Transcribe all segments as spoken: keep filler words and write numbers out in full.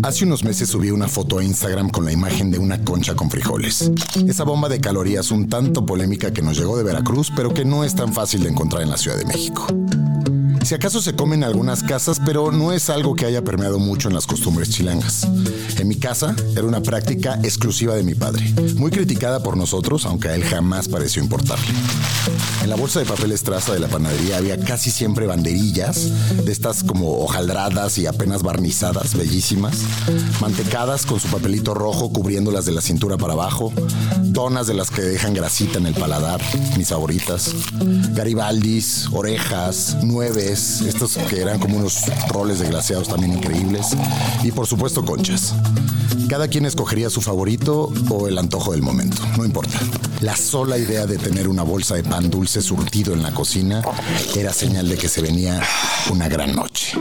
Hace unos meses subí una foto a Instagram con la imagen de una concha con frijoles. Esa bomba de calorías un tanto polémica que nos llegó de Veracruz, pero que no es tan fácil de encontrar en la Ciudad de México. Si acaso se come en algunas casas, pero no es algo que haya permeado mucho en las costumbres chilangas. En mi casa era una práctica exclusiva de mi padre, muy criticada por nosotros, aunque a él jamás pareció importarle. En la bolsa de papel estraza de la panadería había casi siempre banderillas, de estas como hojaldradas y apenas barnizadas, bellísimas, mantecadas con su papelito rojo cubriéndolas de la cintura para abajo, donas de las que dejan grasita en el paladar, mis favoritas, garibaldis, orejas, nueves, estos que eran como unos roles de glaseados también increíbles, y por supuesto conchas. Cada quien escogería su favorito o el antojo del momento, no importa. La sola idea de tener una bolsa de pan dulce surtido en la cocina era señal de que se venía una gran noche.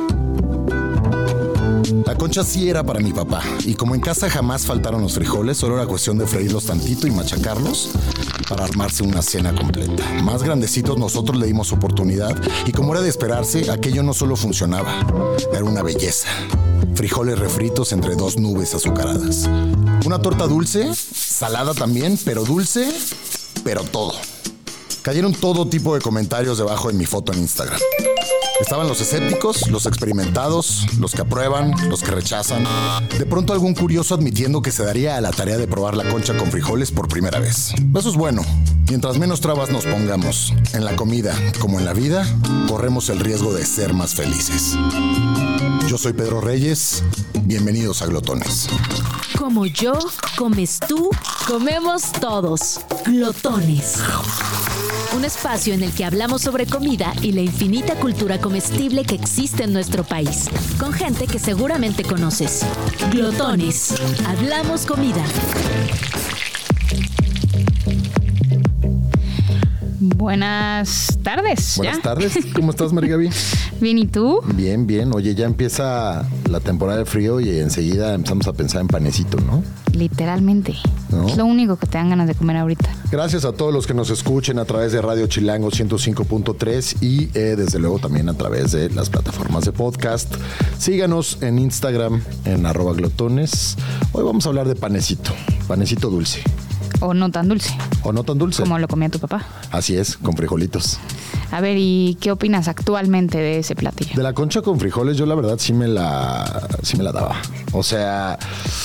La concha sí era para mi papá, y como en casa jamás faltaron los frijoles, solo era cuestión de freírlos tantito y machacarlos para armarse una cena completa. Más grandecitos nosotros le dimos oportunidad, y como era de esperarse, aquello no solo funcionaba, era una belleza. Frijoles refritos entre dos nubes azucaradas. Una torta dulce, salada también, pero dulce, pero todo. Cayeron todo tipo de comentarios debajo de mi foto en Instagram. Estaban los escépticos, los experimentados, los que aprueban, los que rechazan. De pronto algún curioso admitiendo que se daría a la tarea de probar la concha con frijoles por primera vez. Eso es bueno. Mientras menos trabas nos pongamos en la comida como en la vida, corremos el riesgo de ser más felices. Yo soy Pedro Reyes. Bienvenidos a Glotones. Como yo, comes tú, comemos todos. Glotones. Un espacio en el que hablamos sobre comida y la infinita cultura comestible que existe en nuestro país, con gente que seguramente conoces. Glotones. Hablamos comida. Buenas tardes. Buenas ¿ya? tardes. ¿Cómo estás, Mari Gaby? Bien, ¿y tú? Bien, bien. Oye, ya empieza la temporada de frío y enseguida empezamos a pensar en panecito, ¿no? Literalmente. ¿No? Es lo único que te dan ganas de comer ahorita. Gracias a todos los que nos escuchen a través de Radio Chilango ciento cinco punto tres y eh, desde luego también a través de las plataformas de podcast. Síganos en Instagram en arroba glotones. Hoy vamos a hablar de panecito, panecito dulce. O no tan dulce. O no tan dulce. Como lo comía tu papá. Así es, con frijolitos. A ver, ¿y qué opinas actualmente de ese platillo? De la concha con frijoles, yo la verdad sí me la, sí me la daba. O sea,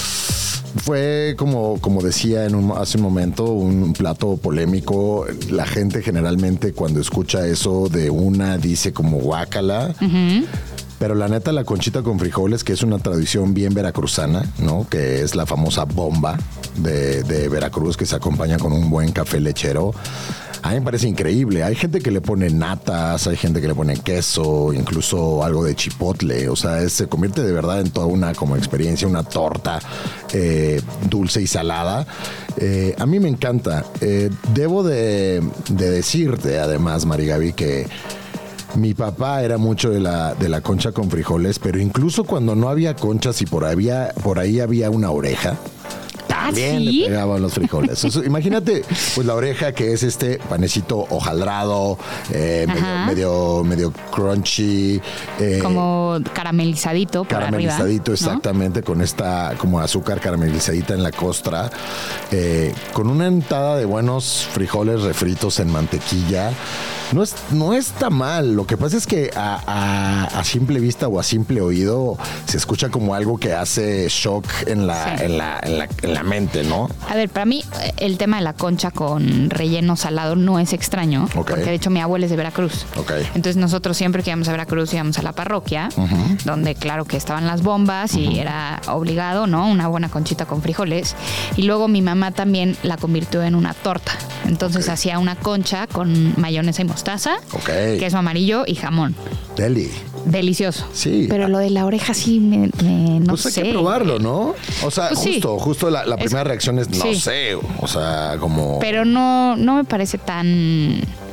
fue como, como decía en un, hace un momento, un plato polémico. La gente generalmente cuando escucha eso de una dice como guácala. Uh-huh. Pero la neta, la conchita con frijoles, que es una tradición bien veracruzana, ¿no? Que es la famosa bomba de, de Veracruz, que se acompaña con un buen café lechero. A mí me parece increíble. Hay gente que le pone natas, hay gente que le pone queso, incluso algo de chipotle. O sea, es, se convierte de verdad en toda una como experiencia, una torta eh, dulce y salada. Eh, a mí me encanta. Eh, debo de, de decirte, además, Mari Gaby, que mi papá era mucho de la, de la concha con frijoles, pero incluso cuando no había conchas y por, había, por ahí había una oreja, también ¿sí? le pegaban los frijoles. Eso, imagínate, pues la oreja que es este panecito hojaldrado, eh, medio, medio, medio crunchy. Eh, como caramelizadito por Caramelizadito, arriba, exactamente, ¿no? Con esta como azúcar caramelizadita en la costra, eh, con una entrada de buenos frijoles refritos en mantequilla. No, es, no está mal. Lo que pasa es que a, a, a simple vista o a simple oído se escucha como algo que hace shock en la, sí. en la, en la, en la mente, ¿no? A ver, para mí el tema de la concha con relleno salado no es extraño, okay. Porque de hecho mi abuela es de Veracruz. Okay. Entonces nosotros siempre que íbamos a Veracruz íbamos a la parroquia, uh-huh. donde claro que estaban las bombas y uh-huh. era obligado, ¿no? Una buena conchita con frijoles. Y luego mi mamá también la convirtió en una torta. Entonces okay. hacía una concha con mayonesa y mostaza, okay. queso amarillo y jamón. Deli. Delicioso. Sí. Pero lo de la oreja sí me, me no pues sé. Pues hay que probarlo, ¿no? O sea, pues justo, sí. justo la, la primera es, reacción es no sí. sé. O sea, como. Pero no, no me parece tan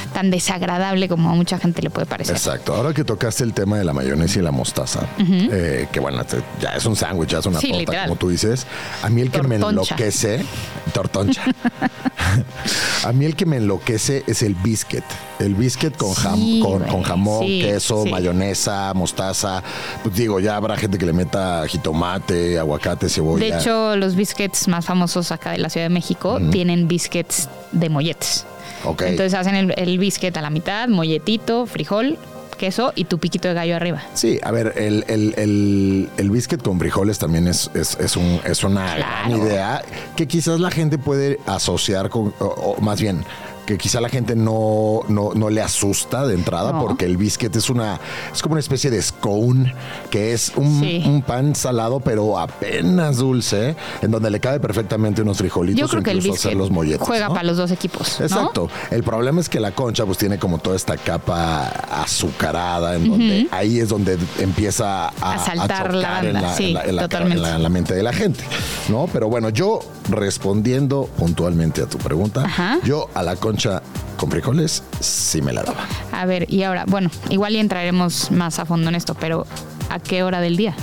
tan desagradable como a mucha gente le puede parecer. Exacto. Ahora que tocaste el tema de la mayonesa y la mostaza, uh-huh. eh, que bueno, ya es un sándwich, ya es una sí, torta, literal. Como tú dices. A mí el que tortoncha. me enloquece, tortoncha. A mí el que me enloquece es el biscuit. El biscuit con, jam, sí, con, con jamón, sí, queso, sí. mayonesa, mostaza. Pues digo, ya habrá gente que le meta jitomate, aguacate, cebolla. De hecho, los biscuits más famosos acá de la Ciudad de México uh-huh. tienen biscuits de molletes. Okay. Entonces hacen el, el biscuit a la mitad, molletito, frijol, queso y tu piquito de gallo arriba. Sí, a ver, el, el, el, el biscuit con frijoles también es, es, es, un, es una claro. gran idea que quizás la gente puede asociar con, o, o más bien, que quizá la gente no, no, no le asusta de entrada no. porque el biscuit es una es como una especie de scone que es un, sí. un pan salado pero apenas dulce en donde le cabe perfectamente unos frijolitos. Yo creo que el biscuit los molletes, juega ¿no? para los dos equipos. Exacto. ¿No? El problema es que la concha pues tiene como toda esta capa azucarada en donde uh-huh. ahí es donde empieza a, a saltar a la banda. En la, sí, en la, en la, totalmente. En la, en la mente de la gente, ¿no? Pero bueno, yo respondiendo puntualmente a tu pregunta, Ajá. yo a la concha con frijoles sí me la daba. A ver, y ahora, bueno, igual y entraremos más a fondo en esto, pero ¿a qué hora del día?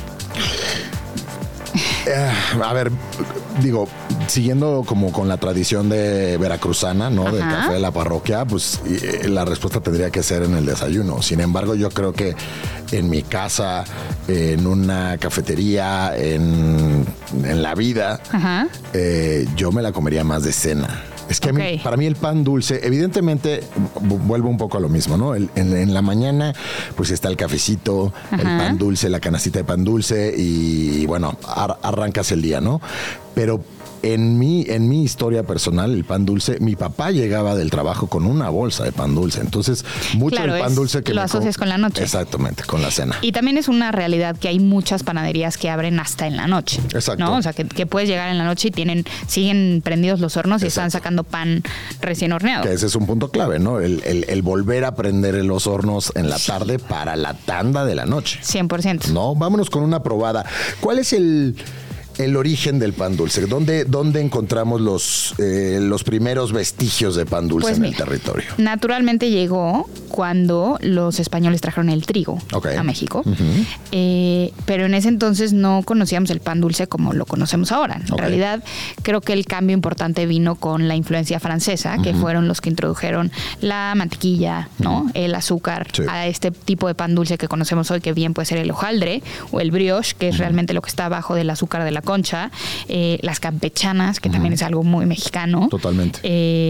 Eh, a ver, digo, siguiendo como con la tradición de veracruzana, ¿no? Ajá. Del café de la parroquia, pues y, la respuesta tendría que ser en el desayuno. Sin embargo, yo creo que en mi casa, en una cafetería, en, en la vida, eh, yo me la comería más de cena. Es que okay. a mí, para mí el pan dulce, evidentemente, vuelvo un poco a lo mismo, ¿no? El, en, en la mañana, pues está el cafecito, Ajá. el pan dulce, la canastita de pan dulce y, bueno, ar, arrancas el día, ¿no? Pero en mi, en mi historia personal, el pan dulce, mi papá llegaba del trabajo con una bolsa de pan dulce. Entonces, mucho claro, del pan es, dulce que lo asocias com- con la noche. Exactamente, con la cena. Y también es una realidad que hay muchas panaderías que abren hasta en la noche. Exacto. ¿No? O sea, que, que puedes llegar en la noche y tienen, siguen prendidos los hornos y Exacto. están sacando pan recién horneado. Que ese es un punto clave, ¿no? El, el, el volver a prender los hornos en la tarde para la tanda de la noche. cien por ciento. No, vámonos con una probada. ¿Cuál es el... el origen del pan dulce? ¿Dónde, dónde encontramos los, eh, los primeros vestigios de pan dulce pues en mira, el territorio? Naturalmente llegó cuando los españoles trajeron el trigo okay. a México, uh-huh. eh, pero en ese entonces no conocíamos el pan dulce como lo conocemos ahora. En okay. realidad, creo que el cambio importante vino con la influencia francesa, que uh-huh. fueron los que introdujeron la mantequilla, ¿no? Uh-huh. el azúcar, sí. a este tipo de pan dulce que conocemos hoy, que bien puede ser el hojaldre o el brioche, que es uh-huh. realmente lo que está abajo del azúcar de la concha, eh, las campechanas, que uh-huh. también es algo muy mexicano. Totalmente.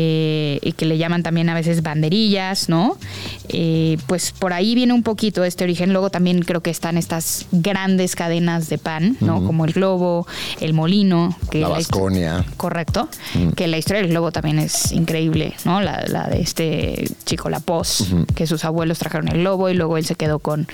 Eh, y que le llaman también a veces banderillas, ¿no? Eh, pues por ahí viene un poquito este origen. Luego también creo que están estas grandes cadenas de pan, ¿no? Uh-huh. Como el Globo, el Molino. Que la Vasconia. Correcto. Uh-huh. Que la historia del Globo también es increíble, ¿no? La, la de este chico La Poz, uh-huh. que sus abuelos trajeron el Globo y luego él se quedó con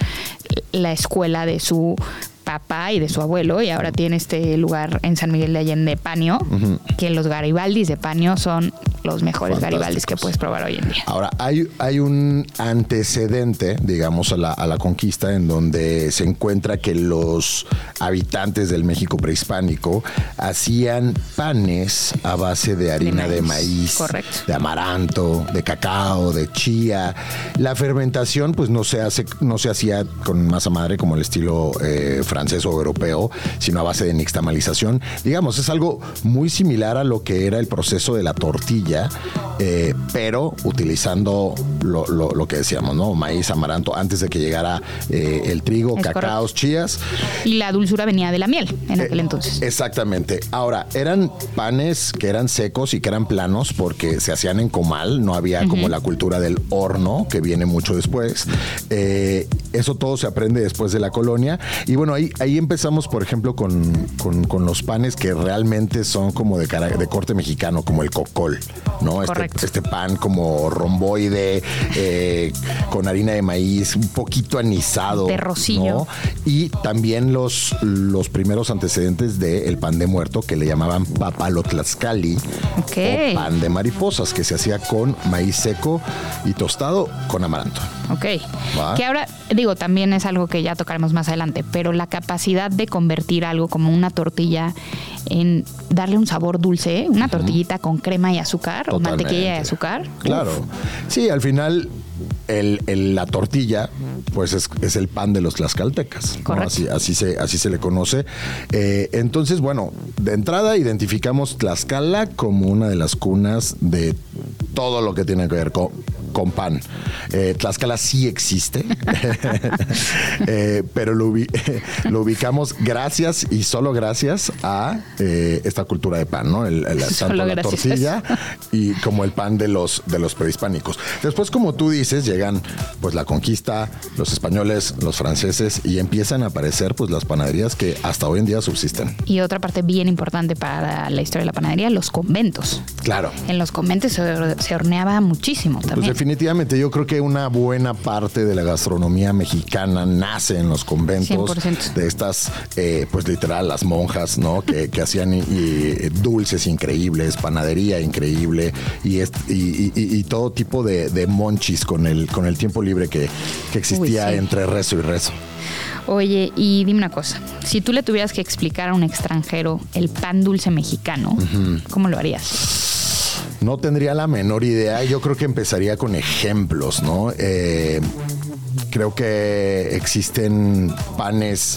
la escuela de su papá y de su abuelo y ahora tiene este lugar en San Miguel de Allende, Panio, uh-huh. que los Garibaldis de Panio son los mejores Garibaldis que puedes probar hoy en día. Ahora, hay, hay un antecedente, digamos, a la, a la conquista en donde se encuentra que los habitantes del México prehispánico hacían panes a base de harina de maíz, de, maíz, correcto. de amaranto, de cacao, de chía. La fermentación, pues no se hace, no se hacía con masa madre como el estilo eh, francés o europeo, sino a base de nixtamalización. Digamos, es algo muy similar a lo que era el proceso de la tortilla, eh, pero utilizando lo, lo, lo que decíamos, ¿no? Maíz, amaranto, antes de que llegara eh, el trigo, es cacaos, correcto. Chías. Y la dulzura venía de la miel en aquel eh, entonces. Exactamente. Ahora, eran panes que eran secos y que eran planos porque se hacían en comal, no había uh-huh. como la cultura del horno, que viene mucho después. Eh, eso todo se aprende después de la colonia. Y bueno, ahí, ahí empezamos, por ejemplo, con, con, con los panes que realmente son como de, cara, de corte mexicano, como el cocol, ¿no? Este, este pan como romboide, eh, con harina de maíz, un poquito anisado. De rocillo. ¿no? Y también los, los primeros antecedentes del pan de muerto, que le llamaban papalotlaxcali, okay. o pan de mariposas, que se hacía con maíz seco y tostado con amaranto. Ok. ¿Va? Que ahora, digo, también es algo que ya tocaremos más adelante, pero la capacidad de convertir algo como una tortilla en darle un sabor dulce, una tortillita uh-huh. con crema y azúcar, Totalmente. o mantequilla y azúcar. Claro. Uf. Sí, al final el, el, la tortilla pues es, es el pan de los tlaxcaltecas, ¿no? así, así, se, así se le conoce. Eh, entonces, bueno, de entrada identificamos Tlaxcala como una de las cunas de todo lo que tiene que ver con, con pan. Eh, Tlaxcala sí existe, eh, pero lo, ubi- lo ubicamos gracias y solo gracias a eh, esta cultura de pan, ¿no? El, el, tanto la gracias. tortilla y como el pan de los, de los prehispánicos. Después, como tú dices, llegan pues la conquista, los españoles, los franceses y empiezan a aparecer pues las panaderías que hasta hoy en día subsisten. Y otra parte bien importante para la historia de la panadería, los conventos. Claro. En los conventos se, se horneaba muchísimo también. Pues definitivamente, yo creo que una buena parte de la gastronomía mexicana nace en los conventos. cien por ciento. De estas, eh, pues literal, las monjas, ¿no? Que, que hacían y, y, dulces increíbles, panadería increíble y, est- y, y, y todo tipo de, de monchis con el, con el tiempo libre que, que existía Uy, sí. entre rezo y rezo. Oye, y dime una cosa, si tú le tuvieras que explicar a un extranjero el pan dulce mexicano, uh-huh. ¿cómo lo harías? No tendría la menor idea. Yo creo que empezaría con ejemplos, ¿no? Eh, creo que existen panes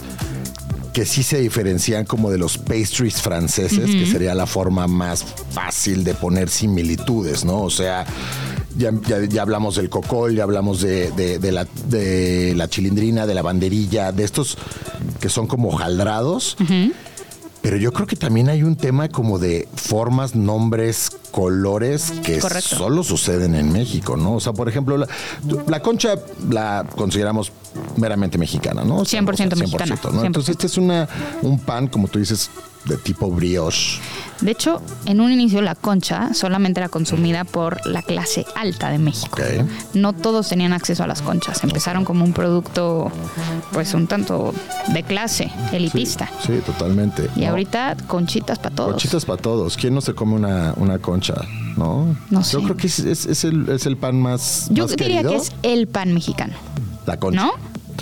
que sí se diferencian como de los pastries franceses, uh-huh. que sería la forma más fácil de poner similitudes, ¿no? O sea, ya, ya, ya hablamos del cocol, ya hablamos de, de, de, la, de la chilindrina, de la banderilla, de estos que son como jaldrados. Uh-huh. Pero yo creo que también hay un tema como de formas, nombres, colores que Correcto. Solo suceden en México, ¿no? O sea, por ejemplo, la, la concha la consideramos meramente mexicana, ¿no? cien por ciento, o sea, cien por ciento mexicana. ¿no? cien por ciento. Entonces, este es una, un pan, como tú dices, de tipo brioche. De hecho, en un inicio la concha solamente era consumida por la clase alta de México. Okay. No todos tenían acceso a las conchas. Empezaron como un producto, pues un tanto de clase, elitista. Sí, sí, totalmente. Y no. ahorita conchitas para todos. Conchitas para todos. ¿Quién no se come una, una concha? ¿No? No sé. Yo creo que es, es, es, el, es el pan más Yo más diría querido. que es el pan mexicano. La concha. ¿No?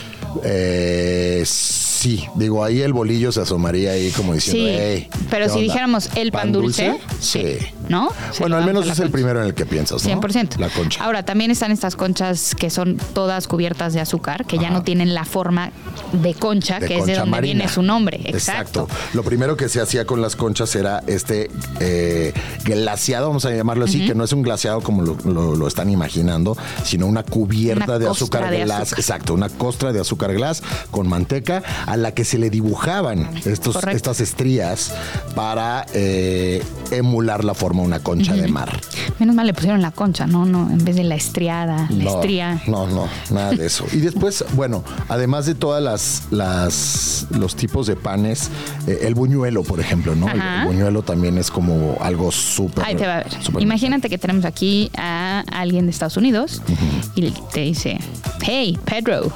Eh, sí, digo, ahí el bolillo se asomaría ahí como diciendo, sí, hey, pero si onda? dijéramos el pan, ¿Pan dulce, dulce? Sí. ¿No? Bueno, al menos es el primero en el que piensas, ¿no? cien por ciento. La concha. Ahora, también están estas conchas que son todas cubiertas de azúcar, que Ajá. ya no tienen la forma de concha, de que concha es de donde marina. Viene su nombre. Exacto. Exacto. Lo primero que se hacía con las conchas era este eh, glaseado, vamos a llamarlo así, uh-huh. que no es un glaseado como lo, lo, lo están imaginando, sino una cubierta una de azúcar de glass. Azúcar. Exacto, una costra de azúcar glass con manteca a la que se le dibujaban estos, estas estrías para eh, emular la forma de una concha uh-huh. de mar. Menos mal le pusieron la concha, ¿no? no en vez de la estriada, la no, estría. No, no, nada de eso. Y después, bueno, además de todas las, las los tipos de panes, eh, el buñuelo, por ejemplo, ¿no? El, el buñuelo también es como algo súper. Ahí te va a ver. Imagínate que tenemos aquí a alguien de Estados Unidos uh-huh. y te dice, hey, Pedro,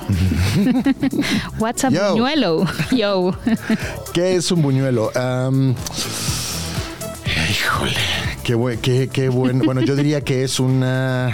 what's a Yo. buñuelo? Yo. ¿Qué es un buñuelo? Um, híjole, qué buen, qué, qué buen. Bueno, yo diría que es una.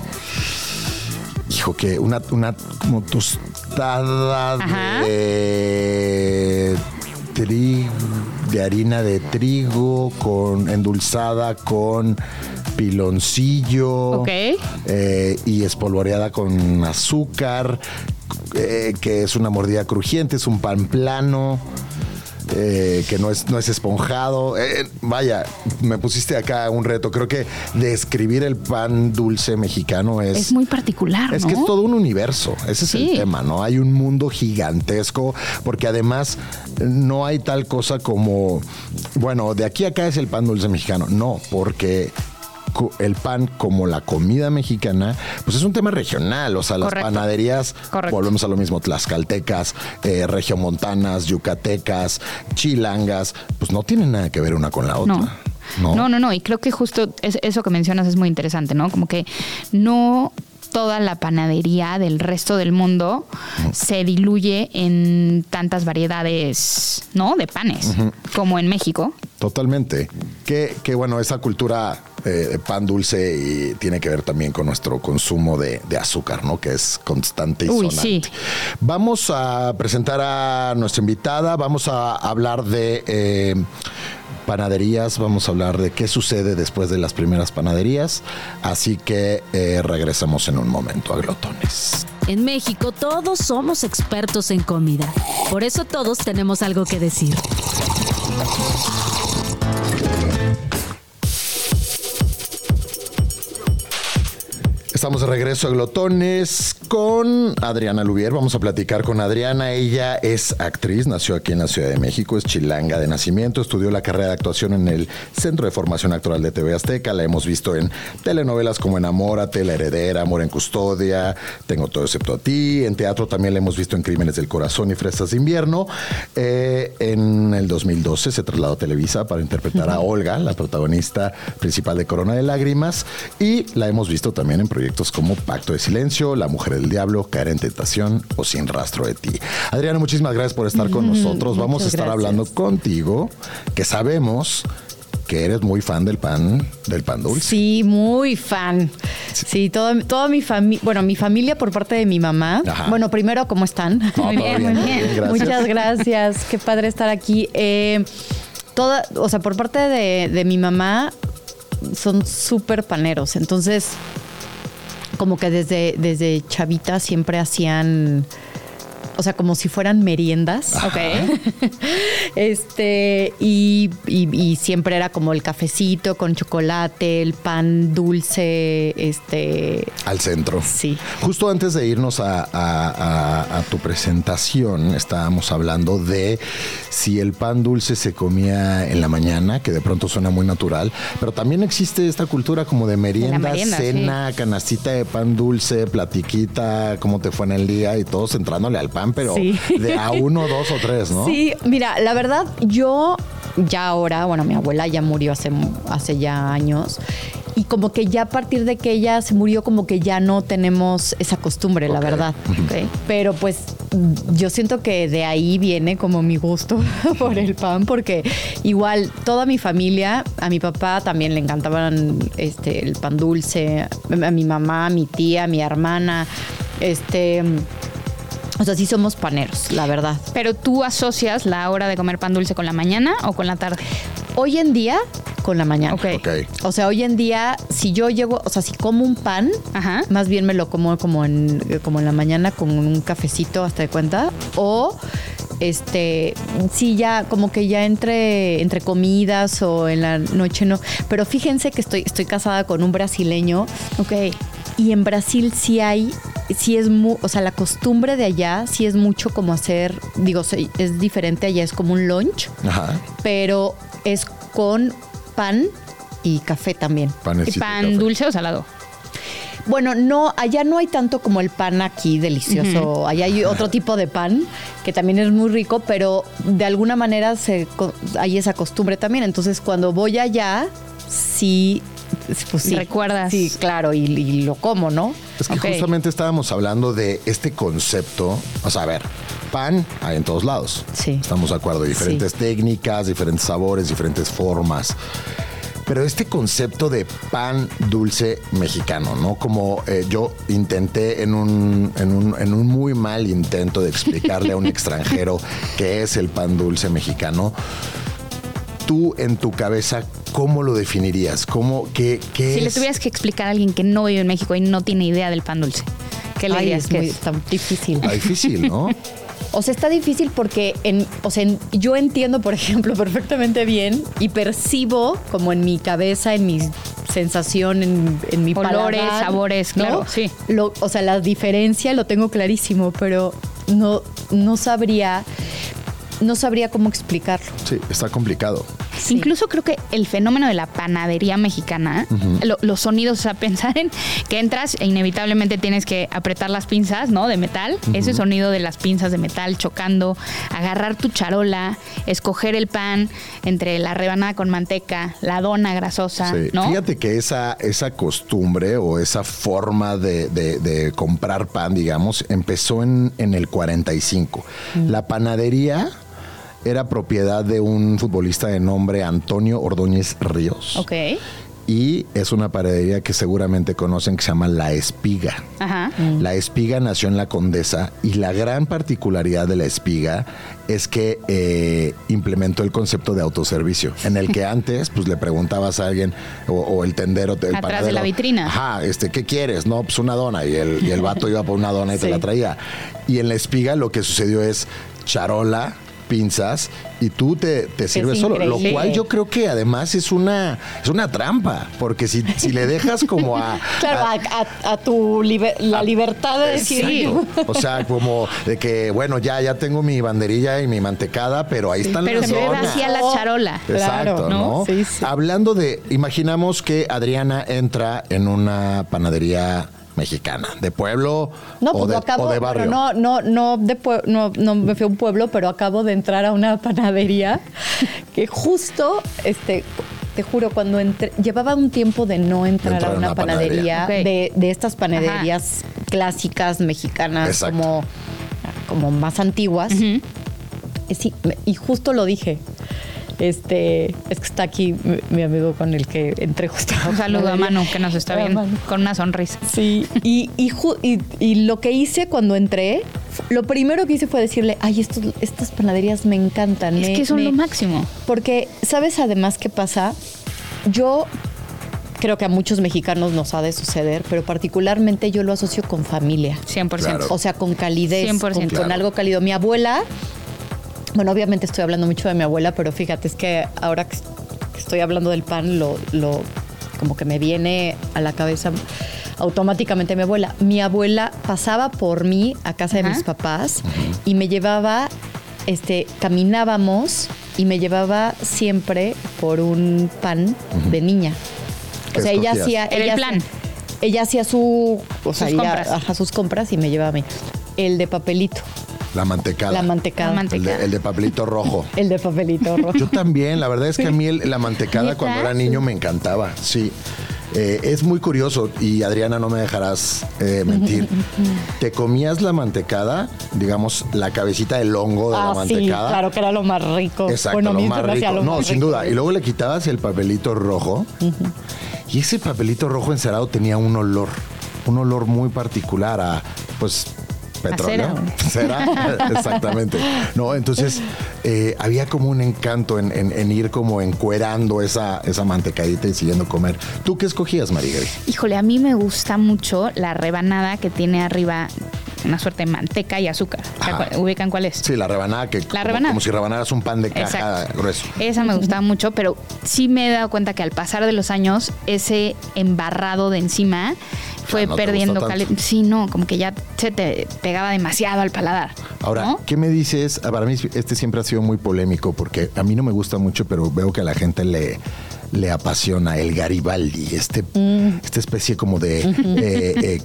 Hijo, que una, una como tostada Ajá. de trigo, de harina de trigo, con endulzada con piloncillo, okay. eh, y espolvoreada con azúcar, eh, que es una mordida crujiente, es un pan plano. Eh, que no es, no es esponjado. Eh, vaya, me pusiste acá un reto. Creo que describir el pan dulce mexicano es... Es muy particular, Es ¿no? que es todo un universo. Ese es sí. el tema, ¿no? Hay un mundo gigantesco porque además no hay tal cosa como... Bueno, de aquí a acá es el pan dulce mexicano. No, porque... el pan como la comida mexicana, pues es un tema regional, o sea, las Correcto. panaderías, Correcto. volvemos a lo mismo, tlaxcaltecas, eh, regiomontanas, yucatecas, chilangas, pues no tienen nada que ver una con la otra. No. No, no, no, no. Y creo que justo es, eso que mencionas es muy interesante, ¿no? Como que no toda la panadería del resto del mundo uh-huh. se diluye en tantas variedades, ¿no? De panes, uh-huh. como en México. Totalmente. Que, que bueno, esa cultura eh, de pan dulce y tiene que ver también con nuestro consumo de, de azúcar, ¿no? Que es constante y Uy, sonante. Sí. Vamos a presentar a nuestra invitada, vamos a hablar de... Eh, panaderías, vamos a hablar de qué sucede después de las primeras panaderías, así que eh, regresamos en un momento a Glotones. En México todos somos expertos en comida, por eso todos tenemos algo que decir. Estamos de regreso a Glotones con Adriana Lubier. Vamos a platicar con Adriana. Ella es actriz, nació aquí en la Ciudad de México, es chilanga de nacimiento, estudió la carrera de actuación en el Centro de Formación Actoral de T V Azteca. La hemos visto en telenovelas como Enamórate, La Heredera, Amor en Custodia, Tengo todo excepto a ti. En teatro también la hemos visto en Crímenes del Corazón y Fresas de Invierno. Eh, en el dos mil doce se trasladó a Televisa para interpretar a Olga, la protagonista principal de Corona de Lágrimas, y la hemos visto también en proyectos como Pacto de Silencio, La Mujer del Diablo, Caer en Tentación o Sin Rastro de Ti. Adriana, muchísimas gracias por estar con nosotros. Vamos a estar gracias. hablando contigo, que sabemos que eres muy fan del pan, del pan dulce. Sí, muy fan. Sí, todo, toda mi familia, bueno, mi familia por parte de mi mamá. Ajá. Bueno, primero, ¿cómo están? No, Muy bien, todo muy bien. gracias. Muchas gracias. Qué padre estar aquí. Eh, toda, o sea, por parte de, de mi mamá son súper paneros. Entonces, como que desde, desde chavita siempre hacían, o sea, como si fueran meriendas. Ok. Este, y, y, y siempre era como el cafecito con chocolate, el pan dulce, este... Al centro. Sí. Justo antes de irnos a, a, a, a tu presentación, estábamos hablando de si el pan dulce se comía en la mañana, que de pronto suena muy natural, pero también existe esta cultura como de merienda, merienda, cena, sí. canastita de pan dulce, platiquita, cómo te fue en el día y todos entrándole al pan, pero Sí. de a uno, dos o tres, ¿no? Sí, mira, la verdad, yo ya ahora, bueno, mi abuela ya murió hace, hace ya años. Y como que ya a partir de que ella se murió, como que ya no tenemos esa costumbre, la Ok. verdad. Okay. Pero pues yo siento que de ahí viene como mi gusto por el pan, porque igual toda mi familia, a mi papá también le encantaban este, el pan dulce, a mi mamá, a mi tía, a mi hermana, este... O sea, sí somos paneros, la verdad. Pero tú asocias la hora de comer pan dulce con la mañana o con la tarde. Hoy en día, con la mañana. Ok. Ok. O sea, hoy en día, si yo llego, o sea, si como un pan, Ajá. más bien me lo como como en, como en la mañana con un cafecito, hasta de cuenta. O, este, sí, ya, como que ya entre, entre comidas o en la noche no. Pero fíjense que estoy, estoy casada con un brasileño. Ok. Y en Brasil sí hay, sí es muy, o sea, la costumbre de allá sí es mucho como hacer, digo, sí, es diferente, allá es como un lunch, Ajá. pero es con pan y café también. ¿Y Panecito y pan café. dulce o salado? Bueno, no, allá no hay tanto como el pan aquí delicioso. Uh-huh. Allá hay otro tipo de pan que también es muy rico, pero de alguna manera se, hay esa costumbre también. Entonces, cuando voy allá, sí... Pues sí, ¿recuerdas? Sí, claro, y, y lo como, ¿no? Es que Ok. justamente estábamos hablando de este concepto, o sea, a ver, pan hay en todos lados. Sí. Estamos de acuerdo, diferentes Sí. técnicas, diferentes sabores, diferentes formas. Pero este concepto de pan dulce mexicano, ¿no? Como eh, yo intenté en un, en, un, en un muy mal intento de explicarle a un extranjero qué es el pan dulce mexicano, tú en tu cabeza, ¿cómo lo definirías? ¿Cómo, qué, qué Si es? le tuvieras que explicar a alguien que no vive en México y no tiene idea del pan dulce, ¿qué le Ay, dirías es que muy, es? está difícil. Está difícil, ¿no? O sea, está difícil porque en, o sea, en- yo entiendo, por ejemplo, perfectamente bien y percibo como en mi cabeza, en mi sensación, en, en mi Olores, paladar, sabores, ¿no? claro, sí. Lo- o sea, la diferencia lo tengo clarísimo, pero no, no sabría, no sabría cómo explicarlo. Sí, está complicado. Sí. Incluso creo que el fenómeno de la panadería mexicana, lo- los sonidos, o sea, pensar en que entras e inevitablemente tienes que apretar las pinzas, ¿no? De metal. Ese sonido de las pinzas de metal chocando, agarrar tu charola, escoger el pan entre la rebanada con manteca, la dona grasosa, Sí. ¿no? Fíjate que esa, esa costumbre o esa forma de, de- de comprar pan, digamos, empezó en, en el cuarenta y cinco. La panadería era propiedad de un futbolista de nombre Antonio Ordóñez Ríos. Ok. y es una panadería que seguramente conocen que se llama La Espiga. Ajá. Mm. La Espiga nació en La Condesa y la gran particularidad de La Espiga es que eh, implementó el concepto de autoservicio, en el que antes pues le preguntabas a alguien o, o el tendero, el atrás panadero, de la vitrina. Ajá, este, ¿qué quieres? No, pues una dona y el, y el vato iba por una dona y Sí. te la traía. Y en La Espiga lo que sucedió es charola, pinzas y tú te, te sirves solo, lo increíble. cual yo creo que además es una es una trampa, porque si, si le dejas como a... Claro, a- a, a- a tu liber- la libertad de decir. Exacto. O sea, como de que, bueno, ya, ya tengo mi banderilla y mi mantecada, pero ahí están Pero las se ve donas. vacía la charola. Exacto, Claro, ¿no? ¿no? Sí, sí. Hablando de, imaginamos que Adriana entra en una panadería mexicana, de pueblo No, o, pues de, lo acabo, o de barrio. bueno, no, no, no, de pue- no, no me fui a un pueblo, pero acabo de entrar a una panadería que justo, este, te juro, cuando entré, llevaba un tiempo de no entrar entrar a a una una panadería, panadería. Ok. de, de estas panaderías clásicas mexicanas, Exacto. como, como más antiguas. Ujú. Eh, Sí, me- y justo lo dije. Este, es que está aquí mi, mi amigo con el que entré justo. Un saludo a Manu, que nos está A viendo Manu. con una sonrisa. Sí, y, y, ju- y- y lo que hice cuando entré, lo primero que hice fue decirle, ay, estos, estas panaderías me encantan. Es me- que son me-". lo máximo. Porque, ¿sabes además qué pasa? Yo creo que a muchos mexicanos nos ha de suceder, pero particularmente yo lo asocio con familia. cien por ciento. Claro. O sea, con calidez, cien por con, ciento. con Claro. algo cálido. Mi abuela, bueno, obviamente estoy hablando mucho de mi abuela, pero fíjate, es que ahora que que estoy hablando del pan, lo, lo como que me viene a la cabeza automáticamente mi abuela. Mi abuela pasaba por mí a casa de Ajá. mis papás y me llevaba, este, caminábamos y me llevaba siempre por un pan de niña. ¿Qué O sea, ella escogías? hacía... Era ella el plan. hacía- ella hacía su, o sea, Sus ella- compras. ajá, sus compras y me llevaba a mí. El de papelito, La mantecada. la mantecada. La mante- el, de, el de papelito rojo. El de papelito rojo. Yo también, la verdad es que a mí el- la mantecada ¿Neta? cuando era niño me encantaba, sí. Eh, es muy curioso y Adriana, no me dejarás eh, mentir. ¿Te comías la mantecada, digamos, la cabecita del hongo de la Ah, sí, mantecada? claro que era lo más rico. Exacto, Bueno, a mí lo se más me hacía rico. lo No, más sin rico. duda. Y luego le quitabas el papelito rojo. Y ese papelito rojo encerado tenía un olor, un olor muy particular a, pues, petróleo. Cera, exactamente. No, entonces eh, había como un encanto en, en- en ir como encuerando esa, esa mantecadita y siguiendo comer. ¿Tú qué escogías, Marigari? Híjole, a mí me gusta mucho la rebanada que tiene arriba una suerte de manteca y azúcar. ¿Se Ajá. acu- ¿Ubican cuál es? Sí, la rebanada que como, rebanada. como si rebanaras un pan de caja Exacto. grueso. Esa me gustaba mucho, pero sí me he dado cuenta que al pasar de los años, ese embarrado de encima fue no te perdiendo gusta tanto. calidad. Sí, no, como que ya se te pegaba demasiado al paladar. Ahora, ¿no? ¿qué me dices? Ah, Para mí este siempre ha sido muy polémico porque a mí no me gusta mucho, pero veo que a la gente le, le apasiona el Garibaldi, este, esta especie como de eh, eh,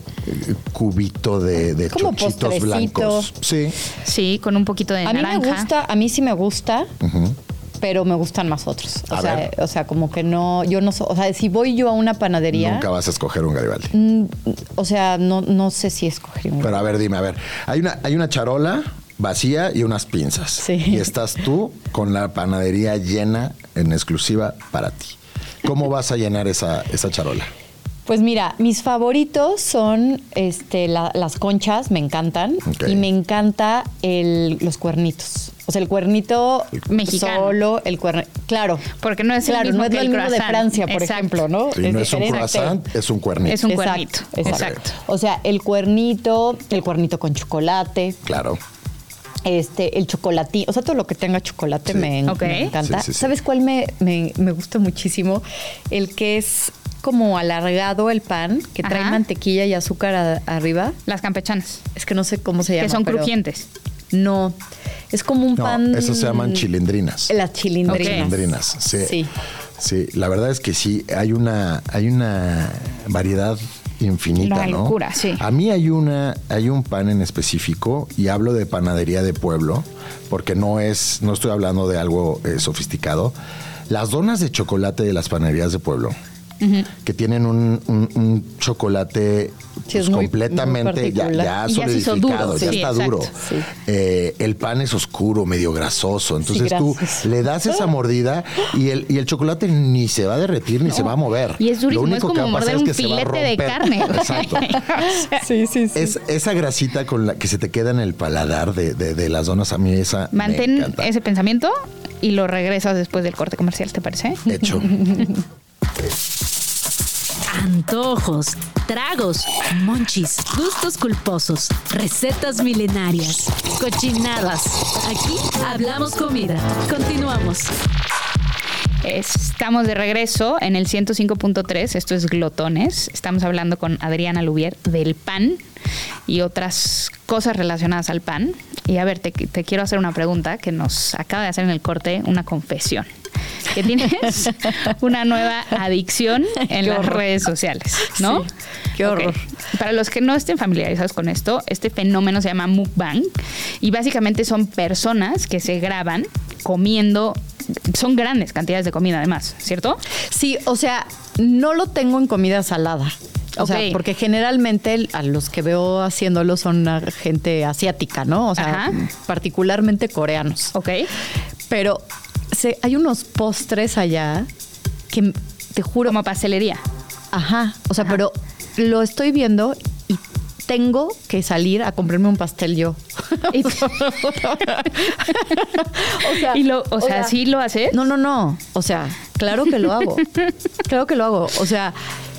cubito de, de Como chochitos postrecito. blancos. Sí. Sí, con un poquito de A mí naranja. me gusta, a mí sí me gusta, Ujú. pero me gustan más otros. O A sea, ver. o sea, como que no, yo no so- o sea, si voy yo a una panadería, Nunca vas a escoger un Garibaldi. mm, o sea, no, no sé si escogería un Pero a ver, dime, a ver. Hay una, hay una charola vacía y unas pinzas. Sí. Y estás tú con la panadería llena en exclusiva para ti. ¿Cómo vas a llenar esa, esa charola? Pues mira, mis favoritos son este, la- las conchas, me encantan. Ok. Y me encanta el, los cuernitos. O sea, el cuernito Mexicano. solo, el cuernito. Claro. Porque no es el claro, mismo no es que lo el mismo de croissant. Francia, por Exacto. ejemplo, ¿no? Si no es un diferente. croissant, es un cuernito. Es un Exacto, cuernito. exacto. Exacto. O sea, el cuernito, el cuernito con chocolate, Claro. este, el chocolatín, o sea, todo lo que tenga chocolate Sí. me, Ok. me encanta. Sí, sí, sí. ¿Sabes cuál me, me, me gusta muchísimo? El que es como alargado el pan, que trae Ajá. mantequilla y azúcar a- arriba. Las campechanas, Es que no sé cómo se llama. que son pero- crujientes. No, es como un No, pan... esas se llaman chilindrinas. Las chilindrinas. Ok. Chilindrinas, sí. Sí. Sí, la verdad es que sí, hay una, hay una variedad infinita, Una ¿no? locura, sí. A mí hay una, hay un pan en específico, y hablo de panadería de pueblo, porque no es, no estoy hablando de algo eh, sofisticado. Las donas de chocolate de las panaderías de pueblo uh-huh. que tienen un, un, un chocolate sí, pues, muy, completamente muy ya, ya y solidificado, ya, duro, ya sí, está exacto, duro. Sí. Eh, el pan es oscuro, medio grasoso. Entonces Sí, tú le das esa mordida y el, y el chocolate ni se va a derretir ni no. se va a mover. Y es durísimo, Lo es único como que va a morder pasar un es que se va a filete de romper. carne. Exacto. Sí, sí, sí. Es, esa grasita con la que se te queda en el paladar de, de, de las donas, a mí esa Mantén me encanta. ese pensamiento y lo regresas después del corte comercial, ¿te parece? Hecho. Antojos, tragos, monchis, gustos culposos, recetas milenarias, cochinadas. Aquí hablamos comida. Continuamos. Estamos de regreso en el ciento cinco punto tres, esto es Glotones. Estamos hablando con Adriana Lubier del pan y otras cosas relacionadas al pan. Y a ver, te, te quiero hacer una pregunta que nos acaba de hacer en el corte, una confesión. Que tienes una nueva adicción en las redes sociales, ¿no? Sí, qué horror. Okay. Para los que no estén familiarizados con esto, este fenómeno se llama mukbang y básicamente son personas que se graban comiendo, son grandes cantidades de comida además, ¿cierto? Sí, o sea, no lo tengo en comida salada. O Okay. sea, porque generalmente a los que veo haciéndolo son gente asiática, ¿no? O sea, Ajá. particularmente coreanos. Ok. Pero se, hay unos postres allá que te juro... Como pastelería. Ajá, o sea, Ajá. pero lo estoy viendo y tengo que salir a comprarme un pastel yo. Y, o sea, y lo, o, o sea, sea, ¿sí lo haces? No, no, no. O sea, claro que lo hago. Claro que lo hago. O sea,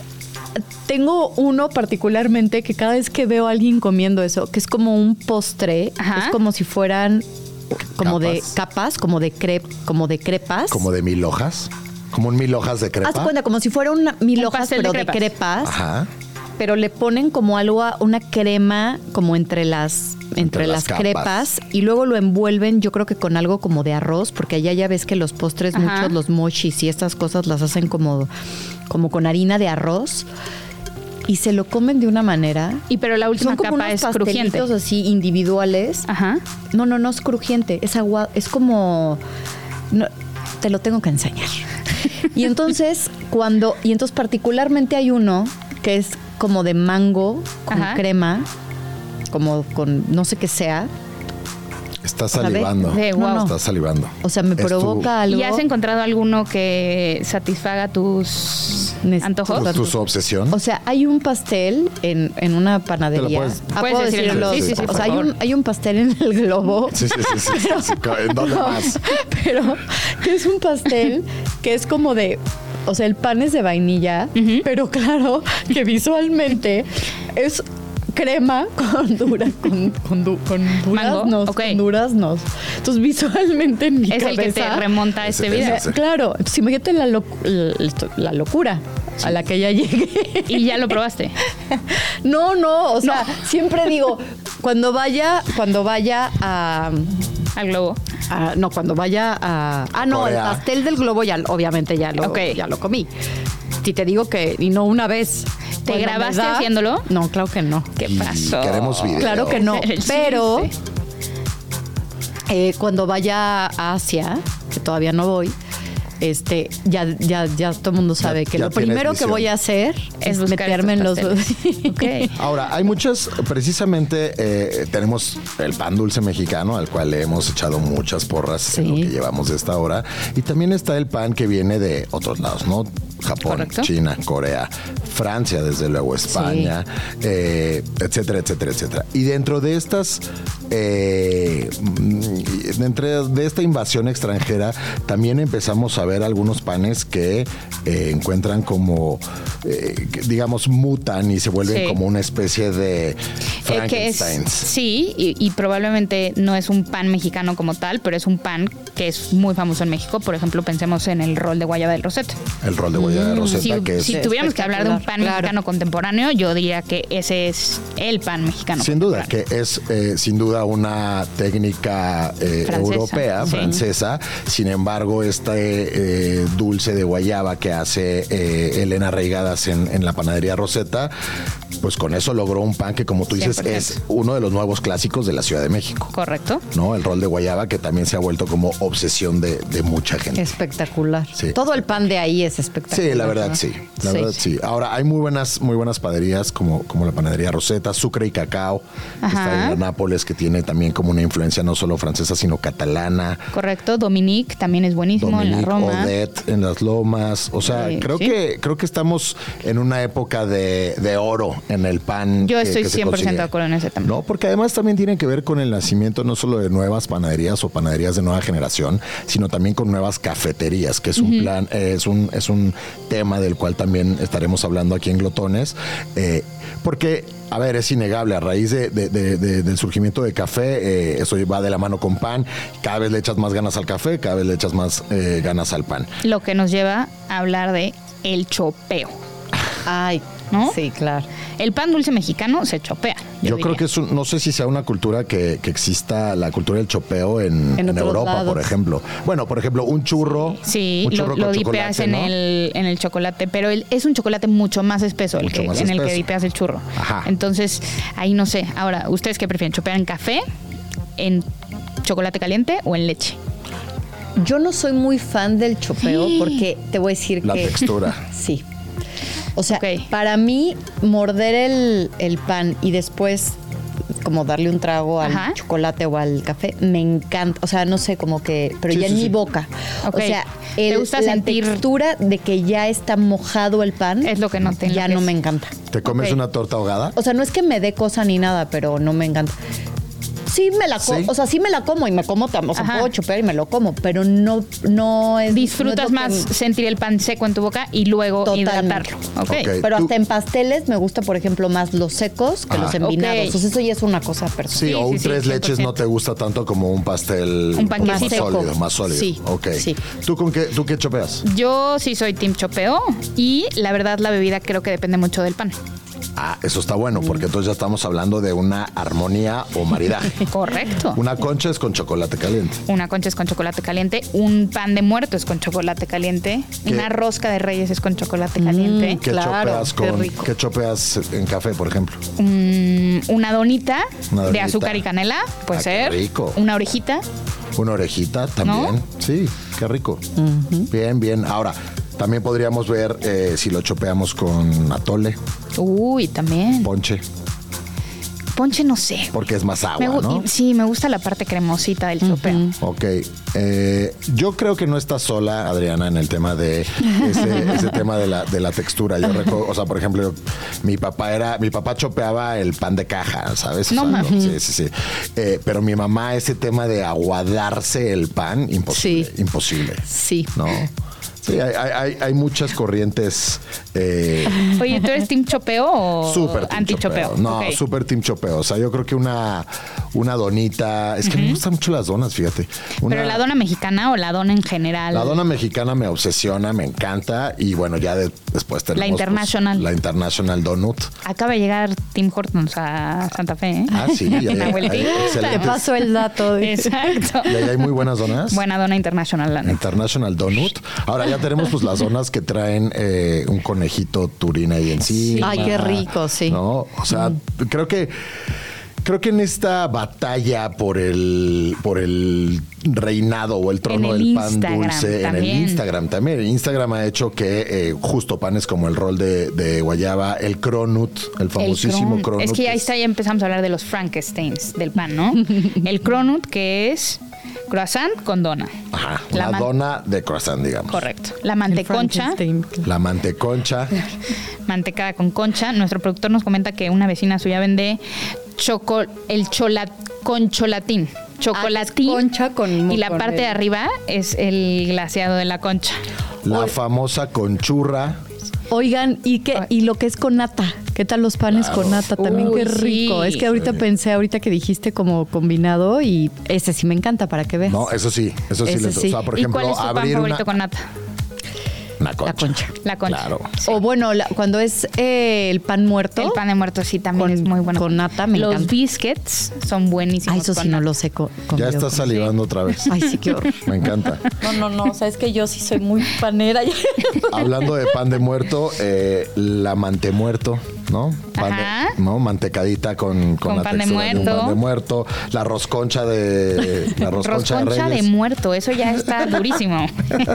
tengo uno particularmente que cada vez que veo a alguien comiendo eso, que es como un postre, Ajá. es como si fueran como Capas. de capas, como de crep, como de crepas. Como de mil hojas. Como un mil hojas de crepa. Haz de cuenta, como si fuera una mil Un hojas, pastel pero de de crepas. crepas. Ajá. Pero le ponen como algo, a- una crema como entre las entre, Entre las, las capas. crepas y luego lo envuelven, yo creo que con algo como de arroz, porque allá ya ves que los postres, Ajá. muchos, los mochis y estas cosas las hacen como, como con harina de arroz y se lo comen de una manera. Y pero la última Son como capa unos es crujiente. pastelitos así individuales. Ajá. No, no, no es crujiente, es agua, es como no, te lo tengo que enseñar. Y entonces, cuando, y entonces particularmente hay uno que es como de mango con Ajá. crema, como con no sé qué sea. Estás ¿Sabe? salivando. Sí, No, wow. no. Estás salivando. O sea, me Es tu- provoca algo. ¿Y has encontrado alguno que satisfaga tus Nes- antojos? ¿Tu, tu obsesión? O sea, hay un pastel en, en una panadería. puedes- Ah, Puedes ¿puedo decir el decirlo? nombre. Sí, sí, sí, o por sea, hay favor. un, hay un pastel en el globo. Sí, sí, sí, sí, sí, sí. ¿En dónde No, más? Pero que es un pastel que es como de, o sea, el pan es de vainilla, Ujú. pero claro que visualmente es crema con dura, con, con, du- con Mango, duraznos, ok. con duraznos. Entonces visualmente en mi Es el cabeza, que te remonta a este Ese- video. ese- claro, entonces imagínate la, locu- la, la locura a la que ya llegué. Y ya lo probaste. No, no, o sea, siempre digo, cuando vaya, cuando vaya a, Al globo. a- no, cuando vaya a, ah, no, Corea. el pastel del globo ya, obviamente ya lo, Ok. ya lo comí. Si te digo que, y no una vez. ¿Te Cuando me grabaste haciéndolo? No, claro que no. ¿Qué Y pasó? queremos video. Claro que no, El pero chiste. eh, cuando vaya a Asia, que todavía no voy, este, ya, ya, ya todo el mundo sabe Ya- que ya lo tienes primero que visión. voy a hacer Es es, buscar meterme en los... estos pasteles. Ok. Ahora, hay muchas, precisamente eh, tenemos el pan dulce mexicano, al cual le hemos echado muchas porras en lo Sí. que llevamos de esta hora. Y también está el pan que viene de otros lados, ¿no? Japón, Correcto. China, Corea, Francia, desde luego, España, eh, etcétera, etcétera, etcétera. Y dentro de estas, eh, mm, dentro de esta invasión extranjera, también empezamos a ver algunos panes que eh, encuentran como, eh, que, digamos, mutan y se vuelven Sí. como una especie de Eh, que es, Frankensteins. sí, y, y probablemente no es un pan mexicano como tal, pero es un pan que es muy famoso en México. Por ejemplo, pensemos en el rol de guayaba del Rosetta. El rol de guayaba de Rosetta, Si, que es si tuviéramos que hablar de un pan Espectacular, mexicano claro. contemporáneo, yo diría que ese es el pan mexicano. sin duda, contemporáneo. que es eh, sin duda una técnica eh, Francesa, europea, sí. francesa. Sin embargo, este eh, dulce de guayaba que hace eh, Elena Reigadas en, en la panadería Rosetta, pues con eso logró un pan que, como tú dices, cien por es ciento. uno de los nuevos clásicos de la Ciudad de México. Correcto. ¿No? El rol de guayaba, que también se ha vuelto como obsesión de, de mucha gente. Espectacular. Sí. Todo el pan de ahí es espectacular. Sí, la verdad, ¿no? sí. La Sí. verdad, sí. Ahora, hay muy buenas, muy buenas panaderías como, como la panadería Rosetta, Sucre y Cacao, que Ajá. está en Nápoles, que tiene también como una influencia no solo francesa, sino catalana. Correcto. Dominique también es buenísimo en la Dominique, Roma. Odette en las Lomas. O sea, Sí, creo sí. que creo que estamos en una época de, de oro en el pan. Yo que- estoy que se cien por ciento consigue. de acuerdo en ese tema. No, porque además también tiene que ver con el nacimiento no solo de nuevas panaderías o panaderías de nueva generación, sino también con nuevas cafeterías, que es un plan, eh, es un es un tema del cual también estaremos hablando aquí en Glotones, eh, porque a ver, es innegable, a raíz de, de- de- de- del surgimiento de café, eh, eso va de la mano con pan, cada vez le echas más ganas al café, cada vez le echas más eh, ganas al pan. Lo que nos lleva a hablar de el chopeo. Ay, ¿No? sí, claro. El pan dulce mexicano se chopea. Yo, creo diría. que es un- no sé si sea una cultura que, que exista, la cultura del chopeo en, En en otros Europa, lados. por ejemplo. Bueno, por ejemplo, un churro. Sí, un lo, churro lo con dipeas chocolate, en, ¿no? el, en el chocolate, pero el- es un chocolate mucho más espeso el Mucho que, más en el que espeso. dipeas el churro. Ajá. Entonces, ahí no sé. Ahora, ¿ustedes qué prefieren? ¿Chopear en café, en chocolate caliente o en leche? Yo no soy muy fan del chopeo porque te voy a decir La que... textura. Sí. O sea, Ok. para mí, morder el, el pan y después como darle un trago al Ajá. chocolate o al café, me encanta. O sea, no sé, como que... Pero Sí, ya sí, en sí. mi boca. Ok. O sea, ¿Te el- gusta la sentir- textura de que ya está mojado el pan... Es lo que no te Ya no enloquece. me encanta. ¿Te comes Ok. una torta ahogada? O sea, no es que me dé cosa ni nada, pero no me encanta. Sí me la como, ¿Sí? o sea, sí me la como y me como, tam- o sea, Ajá. puedo chopear y me lo como, pero no, no es... Disfrutas no es lo más que- sentir el pan seco en tu boca y luego Totalmente. hidratarlo. Ok. Ok. Pero Tú- hasta en pasteles me gusta, por ejemplo, más los secos que Ajá. los envinados. Ok. O sea, eso ya es una cosa personal. Sí, Sí, o un sí, sí, tres cien por leches ciento. no te gusta tanto como un pastel Un más panquecito. sólido, más sólido. Sí, Ok. sí. ¿Tú con qué, tú qué chopeas? Yo sí soy team chopeo y la verdad la bebida creo que depende mucho del pan. Ah, eso está bueno, porque entonces ya estamos hablando de una armonía o maridaje. Correcto. Una concha es con chocolate caliente. Una concha es con chocolate caliente, un pan de muerto es con chocolate caliente, ¿Qué? una rosca de reyes es con chocolate caliente, ¿Qué Claro, chopeas qué con rico. qué chopeas en café, por ejemplo? Mm, una donita Una de donita. azúcar y canela, puede Ah, qué ser, rico. una orejita. Una orejita también. ¿No? Sí, qué rico. Bien, bien. Ahora, también podríamos ver eh, si lo chopeamos con atole, Uy, también. ponche, Ponche no sé. porque es más agua, Me gu- ¿no? y- Sí, me gusta la parte cremosita del chopeo. Ok, eh, yo creo que no estás sola, Adriana, en el tema de ese, ese tema de la, de la textura. Yo recuerdo, o sea, por ejemplo, yo- mi papá era, mi papá chopeaba el pan de caja, ¿sabes? O No sea, mames. sí, sí, sí. Eh, pero mi mamá, ese tema de aguadarse el pan, imposible, Sí. imposible. Sí. No. Sí, hay, hay- hay, hay muchas corrientes. Eh, Oye, ¿tú eres team chopeo o Súper team anti-chopeo? chopeo. No, Ok. súper team chopeo. O sea, yo creo que una, una donita. Es que me gustan mucho las donas, fíjate. Una- ¿Pero la dona mexicana o la dona en general? La dona mexicana me obsesiona, me encanta. Y bueno, ya de- después tenemos. La International. pues, la International Donut. Acaba de llegar Tim Hortons a Santa Fe, ¿eh? Ah, sí. y hay- Una hay vueltita. Te excelentes- paso el dato. Exacto. Y ahí hay muy buenas donas. Buena dona internacional, la neta. International Donut. Ahora ya tenemos pues las donas que traen eh, un conejito turín ahí encima. Ay, qué rico, sí. ¿No? O sea, creo que creo que en esta batalla por el por el reinado o el trono En el del pan Instagram dulce en el también. Instagram también. El Instagram ha hecho que eh, justo panes como el rol de, de guayaba, el cronut, el famosísimo El cron- cronut. Es que que ahí está, ya empezamos a hablar de los Frankensteins del pan, ¿no? El cronut, que es croissant con dona. Ajá, La una man- dona de croissant, digamos. Correcto. La manteconcha, La manteconcha. mantecada con concha. Nuestro productor nos comenta que una vecina suya vende choco, el chola, concholatín. Chocolatín. Ah, concha con- Y la con parte el- de arriba es el glaseado de la concha. La famosa conchurra. Oigan, ¿y qué? Y lo que es con nata. ¿Qué tal los panes con nata? También Uy, qué rico. sí. Es que ahorita Sí. pensé, ahorita que dijiste como combinado y ese sí me encanta para que veas. No, eso sí, eso sí. Ese les- sí. O sea, por ¿Y ejemplo, cuál es tu pan abrir favorito una... con nata? Una concha. La concha. La concha. Claro. O bueno, la- cuando es eh, el pan muerto. El pan de muerto sí también Con- es muy bueno. con nata me Los encanta. biscuits son buenísimos. Ay, eso con sí no nata. lo sé. Con, con Ya video, estás con- salivando otra vez. Ay, sí, qué horror. Me encanta. No, no, no. Sabes que yo sí soy muy panera. Hablando de pan de muerto, eh, la mantemuerto, ¿no? Pan Ajá. de, ¿no? Mantecadita con, con, Con la pan de textura un muerto. pan de muerto. La rosconcha de la rosconcha, Rosconcha de de Reyes. muerto, eso ya está durísimo.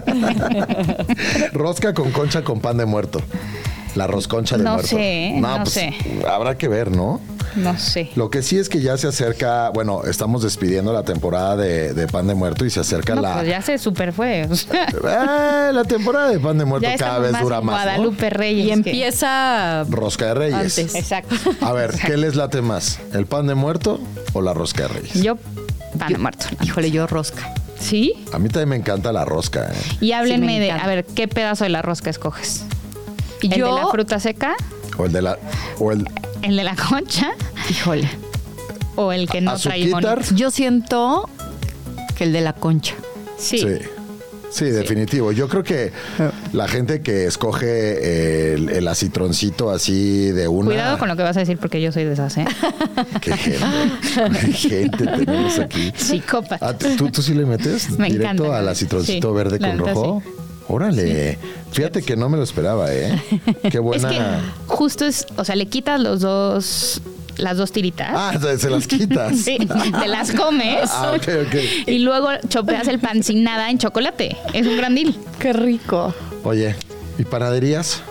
Rosca con concha con pan de muerto. La rosconcha de No muerto. sé, no pues, sé. habrá que ver, ¿no? No sé. Lo que sí es que ya se acerca, bueno, estamos despidiendo la temporada de, de pan de muerto y se acerca No, la pues ya se super fue. o sea, Eh, la temporada de pan de muerto ya cada estamos vez más dura en más, ¿no? Guadalupe Reyes. Y que- empieza Rosca de Reyes. Antes. Exacto. A ver, ¿qué les late más? ¿El pan de muerto o la rosca de Reyes? Yo, pan de muerto. Híjole, yo rosca. ¿Sí? A mí también me encanta la rosca. ¿eh? Y háblenme me de, encanta. a ver, ¿qué pedazo de la rosca escoges? ¿El Yo- de la fruta seca? O el de la. O el. ¿El de la concha? Híjole. ¿O el que no trae Azuquitar. bonito? Yo siento que el de la concha. Sí. Sí. Sí, definitivo. Yo creo que la gente que escoge el, el acitroncito así de una. Cuidado con lo que vas a decir porque yo soy de esas, ¿eh? Qué gente. Qué gente tenemos aquí. Psicópata. Ah, ¿tú, ¿Tú sí le metes Me directo encanta. al acitroncito Sí, verde la con neta, rojo? Órale. Fíjate que no me lo esperaba, ¿eh? Qué Es buena. que justo es, o sea, le quitas los dos, las dos tiritas. Ah, se- se las quitas. Sí, te las comes. Ah, ok, ok. Y luego chopeas el pan sin nada en chocolate. Es un gran deal. Qué rico. Oye, ¿y panaderías?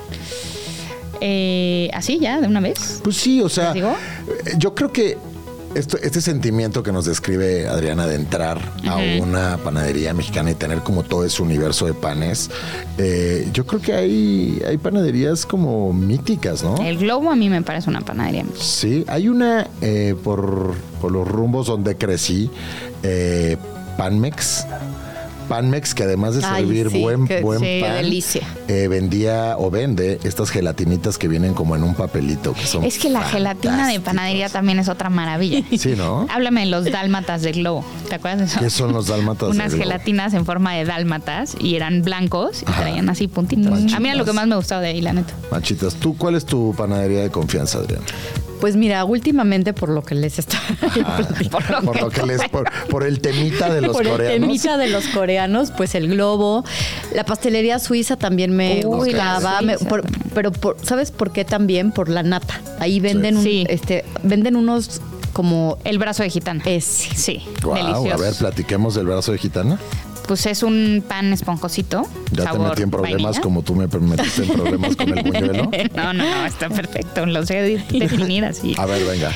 Eh, Así ya, de una vez. Pues sí, o sea, ¿Les digo? eh, yo creo que esto, este sentimiento que nos describe Adriana de entrar a una panadería mexicana y tener como todo ese universo de panes, eh, yo creo que hay, hay panaderías como míticas, ¿no? El Globo a mí me parece una panadería. Sí, hay una eh, por, por los rumbos donde crecí, eh, Panmex. Panmex, que además de Ay, servir sí, buen, qué- buen sí, pan, delicia. eh, vendía o vende estas gelatinitas que vienen como en un papelito. Que son Es que la gelatina de fantásticos. panadería también es otra maravilla. Sí, ¿no? Háblame de los dálmatas de Globo. ¿Te acuerdas de eso? ¿Qué son los dálmatas? Unas del Globo? gelatinas en forma de dálmatas y eran blancos y Ajá. traían así puntitos. Manchitas. A mí era lo que más me gustaba de ahí, la neta. Manchitas, ¿tú cuál es tu panadería de confianza, Adrián? Pues mira, últimamente por lo que les está Ah, por, lo que les, por, por el temita de los por coreanos. el temita de los coreanos, pues el globo, la pastelería suiza también me Uy, la gustaba, me- suiza por- también. pero por- ¿sabes por qué también? Por la nata. Ahí venden un- Sí. este, venden unos como El brazo de gitana. ese. Sí, Guau, delicioso. a ver, platiquemos del brazo de gitana. Pues es un pan esponjosito. Ya te sabor metí en problemas vainilla. como tú me metiste en problemas con el buñuelo. No, no, no, está perfecto. Lo sé de- definir así. A ver, venga.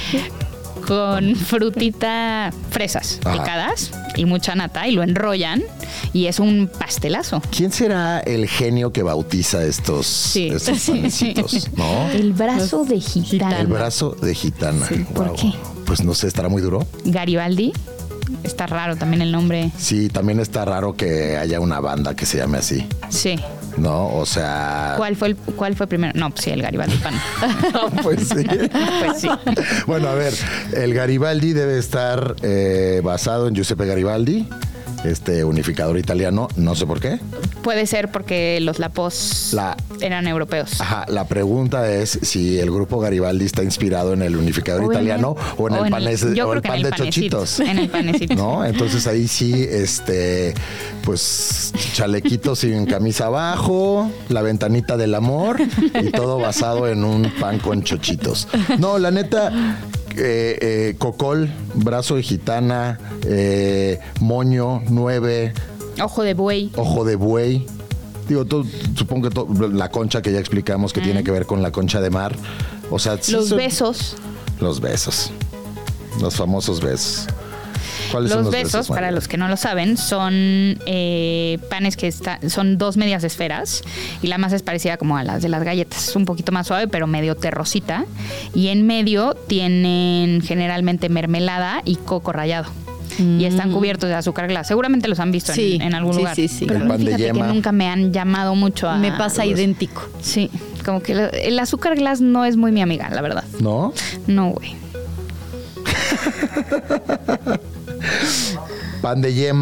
Con frutita, fresas Ajá. picadas y mucha nata y lo enrollan y es un pastelazo. ¿Quién será el genio que bautiza estos, Sí. estos panecitos? ¿No? El brazo de gitana. El brazo de gitana. ¿por Guau. qué? Pues no sé, estará muy duro. Garibaldi. Está raro también el nombre. Sí, también está raro que haya una banda que se llame así, Sí. ¿no? O sea... ¿Cuál fue el, cuál fue primero? No, pues sí, el Garibaldi pan. Pues sí. Pues sí. Bueno, a ver, el Garibaldi debe estar eh, basado en Giuseppe Garibaldi, este unificador italiano, no sé por qué. Puede ser porque los lapos La- eran europeos. Ajá, la pregunta es si el grupo Garibaldi está inspirado en el unificador O en italiano el- o en el, o en pan, el- ese- yo o creo el que pan en el de panecito, chochitos. en el panecito. ¿No? Entonces ahí sí, este, pues chalequito sin camisa abajo, la ventanita del amor y todo basado en un pan con chochitos. No, la neta, eh, eh, cocol, brazo de gitana, eh, moño, nueve, Ojo de buey. ojo de buey. Digo, tú, supongo que to- la concha que ya explicamos que tiene que ver con la concha de mar. O sea, sí Los son- besos. Los besos. Los famosos besos. ¿Cuáles Los son los besos, besos? para María? los que no lo saben, son eh, panes que está- son dos medias esferas y la masa es parecida como a las de las galletas. Es un poquito más suave, pero medio terrosita. Y en medio tienen generalmente mermelada y coco rallado. Y están cubiertos de azúcar glass. Seguramente los han visto en- Sí, en, algún sí, lugar. sí, sí. Pero El pan de fíjate yema. que nunca me han llamado mucho a... Me pasa idéntico. Sí, como que el, el azúcar glass no es muy mi amiga, la verdad. ¿No? No, güey. Pan de yema.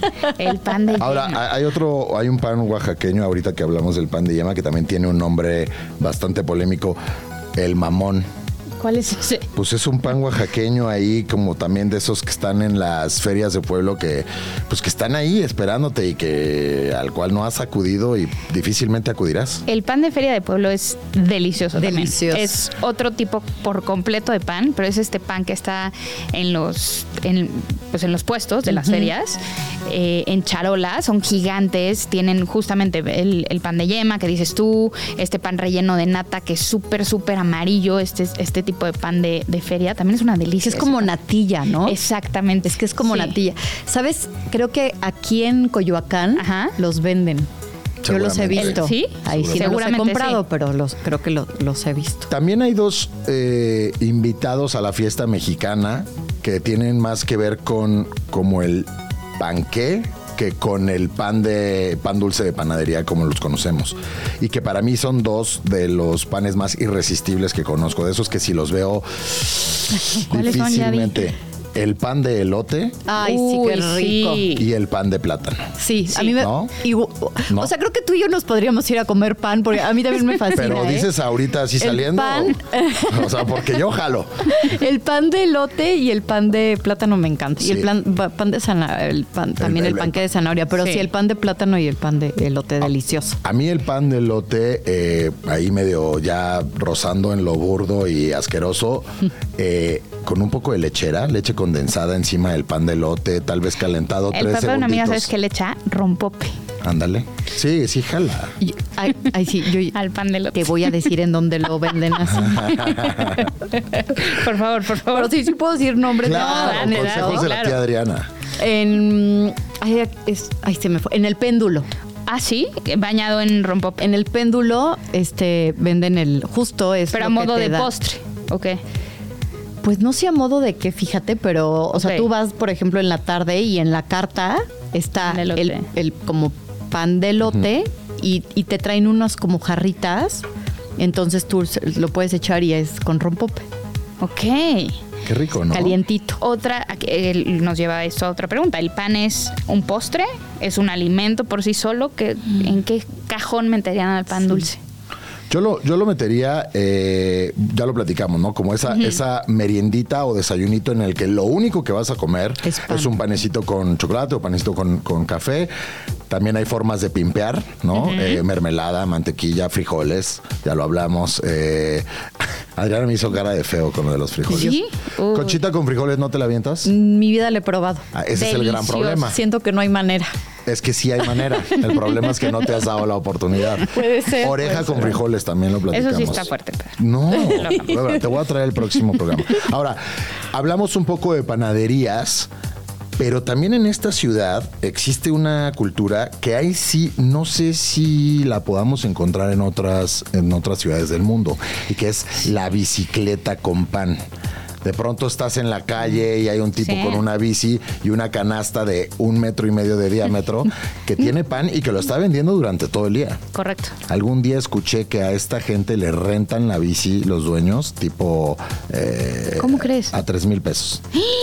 El pan de yema. Ahora, hay otro, hay un pan oaxaqueño, ahorita que hablamos del pan de yema, que también tiene un nombre bastante polémico, el mamón. ¿Cuál es ese? Pues es un pan oaxaqueño ahí, como también de esos que están en las ferias de pueblo, que pues que están ahí esperándote y que al cual no has acudido y difícilmente acudirás. El pan de feria de pueblo es delicioso. Delicioso. También. Es otro tipo por completo de pan, pero es este pan que está en los, en, pues en los puestos de las uh-huh. ferias, eh, en charolas, son gigantes, tienen justamente el, el pan de yema que dices tú, este pan relleno de nata que es súper, súper amarillo, este, este tipo de pan de, de feria, también es una delicia. Es como natilla, ¿no? Exactamente. Es que es como sí. natilla. ¿Sabes? Creo que aquí en Coyoacán Ajá. los venden. Yo los he visto. ¿Sí? Ahí sí no los he comprado, sí. pero los, creo que lo, los he visto. También hay dos eh, invitados a la fiesta mexicana que tienen más que ver con como el panqué que con el pan de pan dulce de panadería como los conocemos, y que para mí son dos de los panes más irresistibles que conozco, de esos que si los veo difícilmente. El pan de elote. Ay, sí, qué rico. Sí. Y el pan de plátano. Sí, sí. a mí me... ¿No? Y, ¿No? O sea, creo que tú y yo nos podríamos ir a comer pan, porque a mí también me fascina. Pero ¿eh? dices ahorita así el saliendo. Pan... O sea, porque yo jalo. El pan de elote y el pan de plátano me encanta. Sí. Y el plan, pan de zanahoria, el pan, también el, el, el panque de zanahoria. Pero sí. sí, el pan de plátano y el pan de elote, delicioso. A mí el pan de elote, eh, ahí medio ya rozando en lo burdo y asqueroso, eh, con un poco de lechera, leche condensada encima del pan de elote, tal vez calentado el tres papá de una amiga, segunditos. ¿sabes qué le echa? Rompope. Ándale. Sí, sí, jala. Y, ay, ay, sí, yo al pan de elote. Te voy a decir en dónde lo venden así. Por favor, por favor. Pero sí, sí puedo decir nombres. Claro, de consejos ¿no? de la claro. tía Adriana. En, ay, es, ay, se me fue. En el péndulo. Ah, sí, bañado en rompope. En el péndulo, este, venden el justo es. Pero lo a modo que te de da. postre, ¿ok? Pues no sé a modo de qué, fíjate, pero, o okay. sea, tú vas, por ejemplo, en la tarde y en la carta está el, el, el como pan de elote uh-huh. y, y te traen unas como jarritas, entonces tú lo puedes echar y es con rompope. Ok. Qué rico, ¿no? Calientito. Otra, eh, nos lleva esto a otra pregunta. ¿El pan es un postre? ¿Es un alimento por sí solo? ¿Qué, mm. ¿En qué cajón meterían al pan sí. dulce? Yo lo, yo lo metería, eh, ya lo platicamos, ¿no? Como esa, uh-huh. esa meriendita o desayunito en el que lo único que vas a comer es, es un panecito con chocolate o panecito con, con café. También hay formas de pimpear, ¿no? Uh-huh. Eh, mermelada, mantequilla, frijoles, ya lo hablamos. Eh, Adriana me hizo cara de feo con lo de los frijoles. ¿Sí? Uh. ¿Conchita con frijoles no te la avientas? Mi vida le he probado. Ah, ese Delicioso. es el gran problema. Siento que no hay manera. Es que sí hay manera. El problema es que no te has dado la oportunidad. Puede ser. Oreja puede con ser. frijoles también lo platicamos. Eso sí está fuerte. Pero... No, te voy a traer el próximo programa. Ahora, hablamos un poco de panaderías, pero también en esta ciudad existe una cultura que ahí sí no sé si la podamos encontrar en otras, en otras ciudades del mundo, y que es la bicicleta con pan. De pronto estás en la calle y hay un tipo sí. con una bici y una canasta de un metro y medio de diámetro que tiene pan y que lo está vendiendo durante todo el día. Correcto. Algún día escuché que a esta gente le rentan la bici los dueños, tipo... Eh, ¿Cómo crees? A tres mil pesos.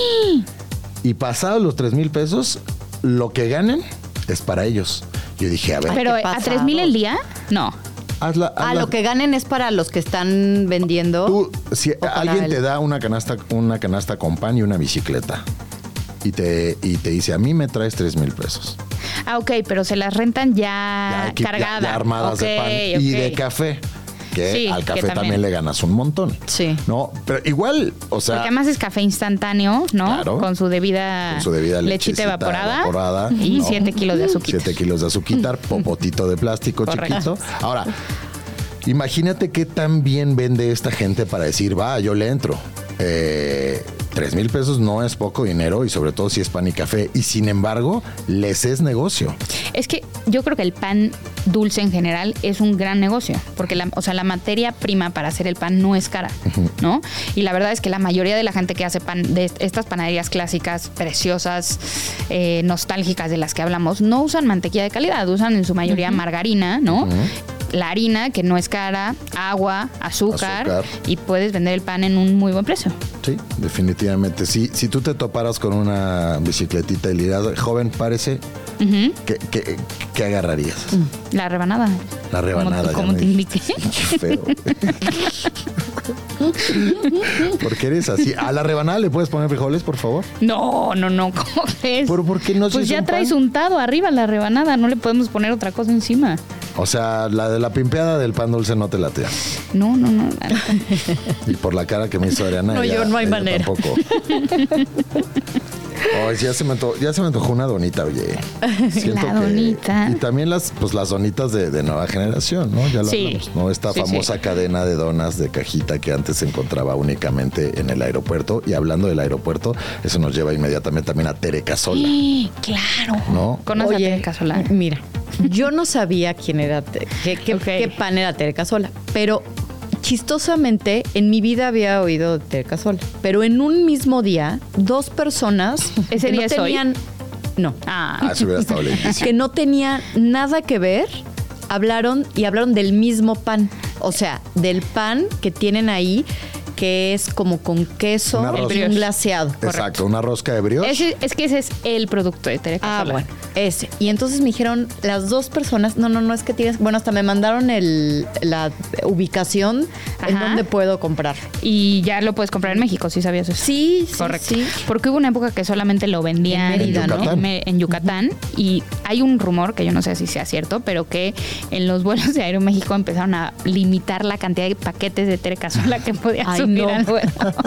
Y pasados los tres mil pesos, lo que ganen es para ellos. Yo dije, a ver... Pero a tres mil el día, no. Hazla, hazla. Ah, lo que ganen es para los que están vendiendo. Tú, si alguien el... te da una canasta, una canasta con pan y una bicicleta y te, y te dice, a mí me traes tres mil pesos. Ah, ok, pero se las rentan ya, ya cargadas. Ya, ya armadas okay, de pan okay. y de café. Que sí, al café que también. también le ganas un montón. Sí. No, pero igual, o sea... Porque además es café instantáneo, ¿no? Claro. Con su debida, con su debida lechita evaporada, evaporada. Y ¿no? siete kilos de azúcar. siete kilos de azúcar, popotito de plástico chiquito. Ahora, imagínate qué tan bien vende esta gente para decir, va, yo le entro. Eh, tres mil pesos no es poco dinero y sobre todo si es pan y café. Y sin embargo, les es negocio. Es que yo creo que el pan dulce en general es un gran negocio. Porque la, o sea, la materia prima para hacer el pan no es cara, uh-huh. ¿no? Y la verdad es que la mayoría de la gente que hace pan, de estas panaderías clásicas, preciosas, eh, nostálgicas de las que hablamos, no usan mantequilla de calidad. Usan en su mayoría uh-huh. margarina, ¿no? Uh-huh. La harina, que no es cara, agua, azúcar, azúcar, y puedes vender el pan en un muy buen precio. Sí, definitivamente. Si, si tú te toparas con una bicicletita y le dirás, joven, parece, uh-huh. ¿qué, qué, ¿qué agarrarías? La rebanada. La rebanada. Como, como te indiqué. Sí, qué feo. ¿Por qué eres así? ¿A la rebanada le puedes poner frijoles, por favor? No, no, no. ¿Cómo crees? ¿Pero por qué no? Pues si ya un traes pan? untado arriba la rebanada. No le podemos poner otra cosa encima. O sea, la de la pimpeada del pan dulce no te latea. No, no, no. Y por la cara que me hizo Adriana. No, ella, yo no hay manera. Tampoco. Oh, ya, se me antojó, ya se me antojó una donita, oye. Siento la donita. Que, y también las, pues, las donitas de, de nueva generación, ¿no? Ya lo sí. hablamos, ¿no? Esta sí, famosa sí. cadena de donas de cajita que antes se encontraba únicamente en el aeropuerto. Y hablando del aeropuerto, eso nos lleva inmediatamente también a Tere Casola. Sí, claro. ¿No? ¿Conoces Oye, a Tere Casola? Mira, yo no sabía quién era, qué, qué, Okay. qué pan era Tere Casola, pero chistosamente en mi vida había oído de Tere Casola, pero en un mismo día, dos personas ¿Ese que día no es hoy? tenían, no, Ah, Ah, eso hubiera estado lindísimo. que no tenía nada que ver, hablaron y hablaron del mismo pan, o sea, del pan que tienen ahí, que es como con queso Una y rosca. un glaseado. Exacto, una rosca de brioche. ese, es que ese es el producto de Tere Ah, Casola. bueno, ese. Y entonces me dijeron las dos personas, no, no, no, es que tienes, bueno, hasta me mandaron el, la ubicación en Ajá. donde puedo comprar. Y ya lo puedes comprar en México, ¿sí sabías eso? Sí, sí, Correcto. sí. Porque hubo una época que solamente lo vendían En Mérida, ¿no? en, Me- en Yucatán. Y hay un rumor, que yo no sé si sea cierto, pero que en los vuelos de Aeroméxico empezaron a limitar la cantidad de paquetes de Tere Casola que podía Ay, subir no. al vuelo.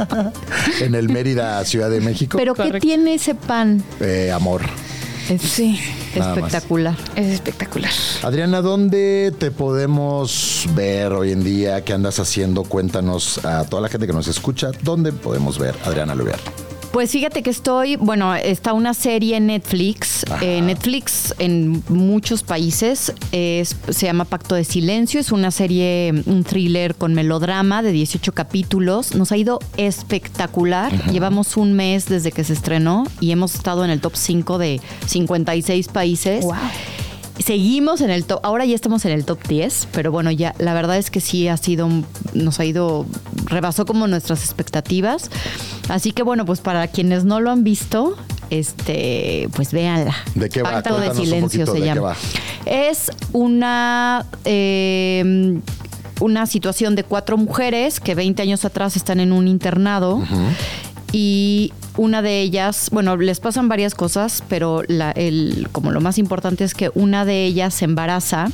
En el Mérida, Ciudad de México. Pero ¿qué Correcto. tiene ese pan? Eh, amor. Es Sí, Nada más. espectacular. es espectacular. Adriana, ¿dónde te podemos ver hoy en día? ¿Qué andas haciendo? Cuéntanos a toda la gente que nos escucha. ¿Dónde podemos ver a Adriana Lubiar? Pues fíjate que estoy, bueno, está una serie en Netflix, eh, Netflix en muchos países, es, se llama Pacto de Silencio, es una serie, un thriller con melodrama de dieciocho capítulos, nos ha ido espectacular, uh-huh. Llevamos un mes desde que se estrenó y hemos estado en el top cinco de cincuenta y seis países. Wow. Seguimos en el top, ahora ya estamos en el top diez, pero bueno, ya la verdad es que sí ha sido, nos ha ido, rebasó como nuestras expectativas. Así que bueno, pues para quienes no lo han visto, este, pues véanla. ¿De qué va? Pacto de Cuéntanos un Silencio poquito, se ¿de qué llama. va? Es una eh, una situación de cuatro mujeres que veinte años atrás están en un internado. Uh-huh. Y una de ellas, bueno, les pasan varias cosas, pero la, el, como lo más importante es que una de ellas se embaraza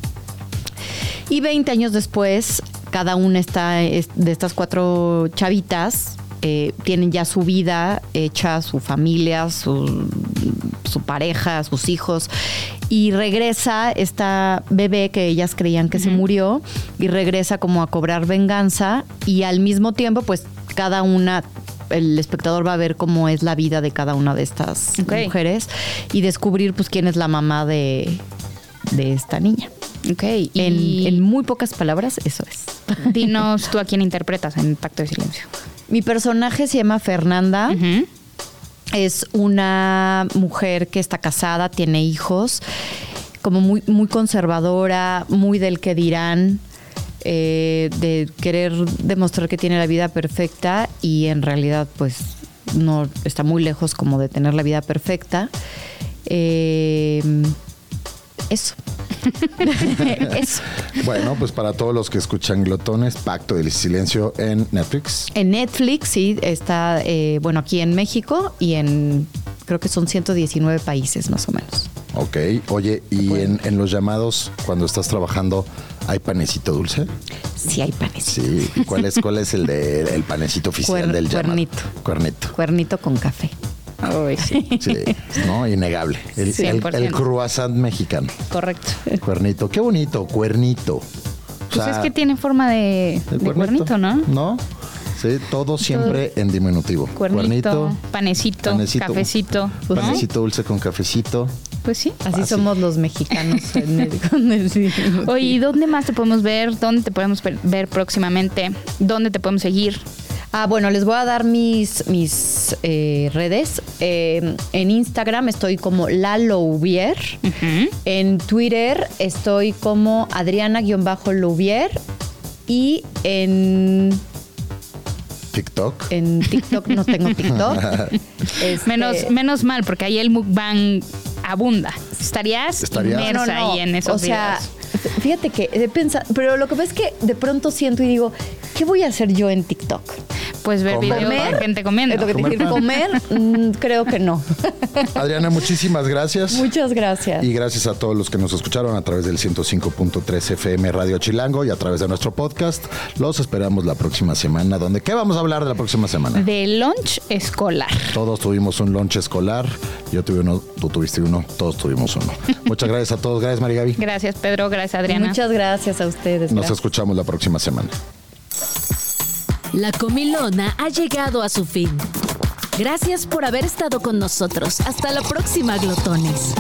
y veinte años después, cada una está, de estas cuatro chavitas eh, tienen ya su vida hecha, su familia, su, su pareja, sus hijos. Y regresa esta bebé que ellas creían que uh-huh. se murió y regresa como a cobrar venganza y al mismo tiempo, pues cada una... el espectador va a ver cómo es la vida de cada una de estas okay. mujeres y descubrir pues quién es la mamá de, de esta niña. Okay. En, y... en muy pocas palabras, eso es. Dinos tú a quién interpretas en Pacto de Silencio. Mi personaje se llama Fernanda. Uh-huh. Es una mujer que está casada, tiene hijos, como muy, muy conservadora, muy del que dirán. Eh, de querer demostrar que tiene la vida perfecta y en realidad pues no está muy lejos como de tener la vida perfecta. Eh, eso. Eso. Bueno, pues para todos los que escuchan Glotones, Pacto del Silencio en Netflix. En Netflix, sí, está, eh, bueno, aquí en México y en, creo que son ciento diecinueve países más o menos. Ok, oye, ¿y en, en los llamados, cuando estás trabajando, hay panecito dulce? Sí, hay panecito. Sí, ¿cuál es, cuál es el, de, el panecito oficial Cuer, del llamado? Cuernito. Cuernito. Cuernito con café. Uy, sí. Sí, no, innegable. El, el, el croissant mexicano. Correcto. Cuernito, qué bonito, cuernito. O pues sea, es que tiene forma de, de, de cuernito, cuernito, ¿no? No, sí, todo siempre todo. En diminutivo. Cuernito, cuernito panecito, panecito, cafecito. ¿No? Panecito dulce con cafecito. Pues sí. Así Fácil. Somos los mexicanos. Oye, ¿y dónde más te podemos ver? ¿Dónde te podemos ver próximamente? ¿Dónde te podemos seguir? Ah, bueno, les voy a dar mis, mis eh, redes. Eh, en Instagram estoy como La Louvier. Uh-huh. En Twitter estoy como Adriana-Louvier. Y en TikTok. En TikTok no tengo TikTok. Este, Menos, menos mal, porque ahí el mukbang abunda. Estarías Estaría- inmersa no, no, ahí en esos o sea, videos. fíjate que he pensado, pero lo que pasa es que de pronto siento y digo, ¿qué voy a hacer yo en TikTok? Pues ver Comer. videos de gente comiendo. Es lo que te Comer dije, pan. comer, mm, creo que no. Adriana, muchísimas gracias. Muchas gracias. Y gracias a todos los que nos escucharon a través del ciento cinco punto tres F M Radio Chilango y a través de nuestro podcast. Los esperamos la próxima semana. Donde ¿qué vamos a hablar de la próxima semana? De lunch escolar. Todos tuvimos un lunch escolar. Yo tuve uno, tú tuviste uno, todos tuvimos uno. Muchas gracias a todos. Gracias, María Gaby. Gracias, Pedro. Gracias, Adriana. Muchas gracias a ustedes. Nos gracias. escuchamos la próxima semana. La Comilona ha llegado a su fin. Gracias por haber estado con nosotros. Hasta la próxima, glotones.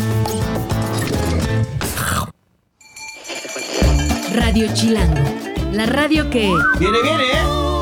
Radio Chilango, la radio que... ¡Viene, viene!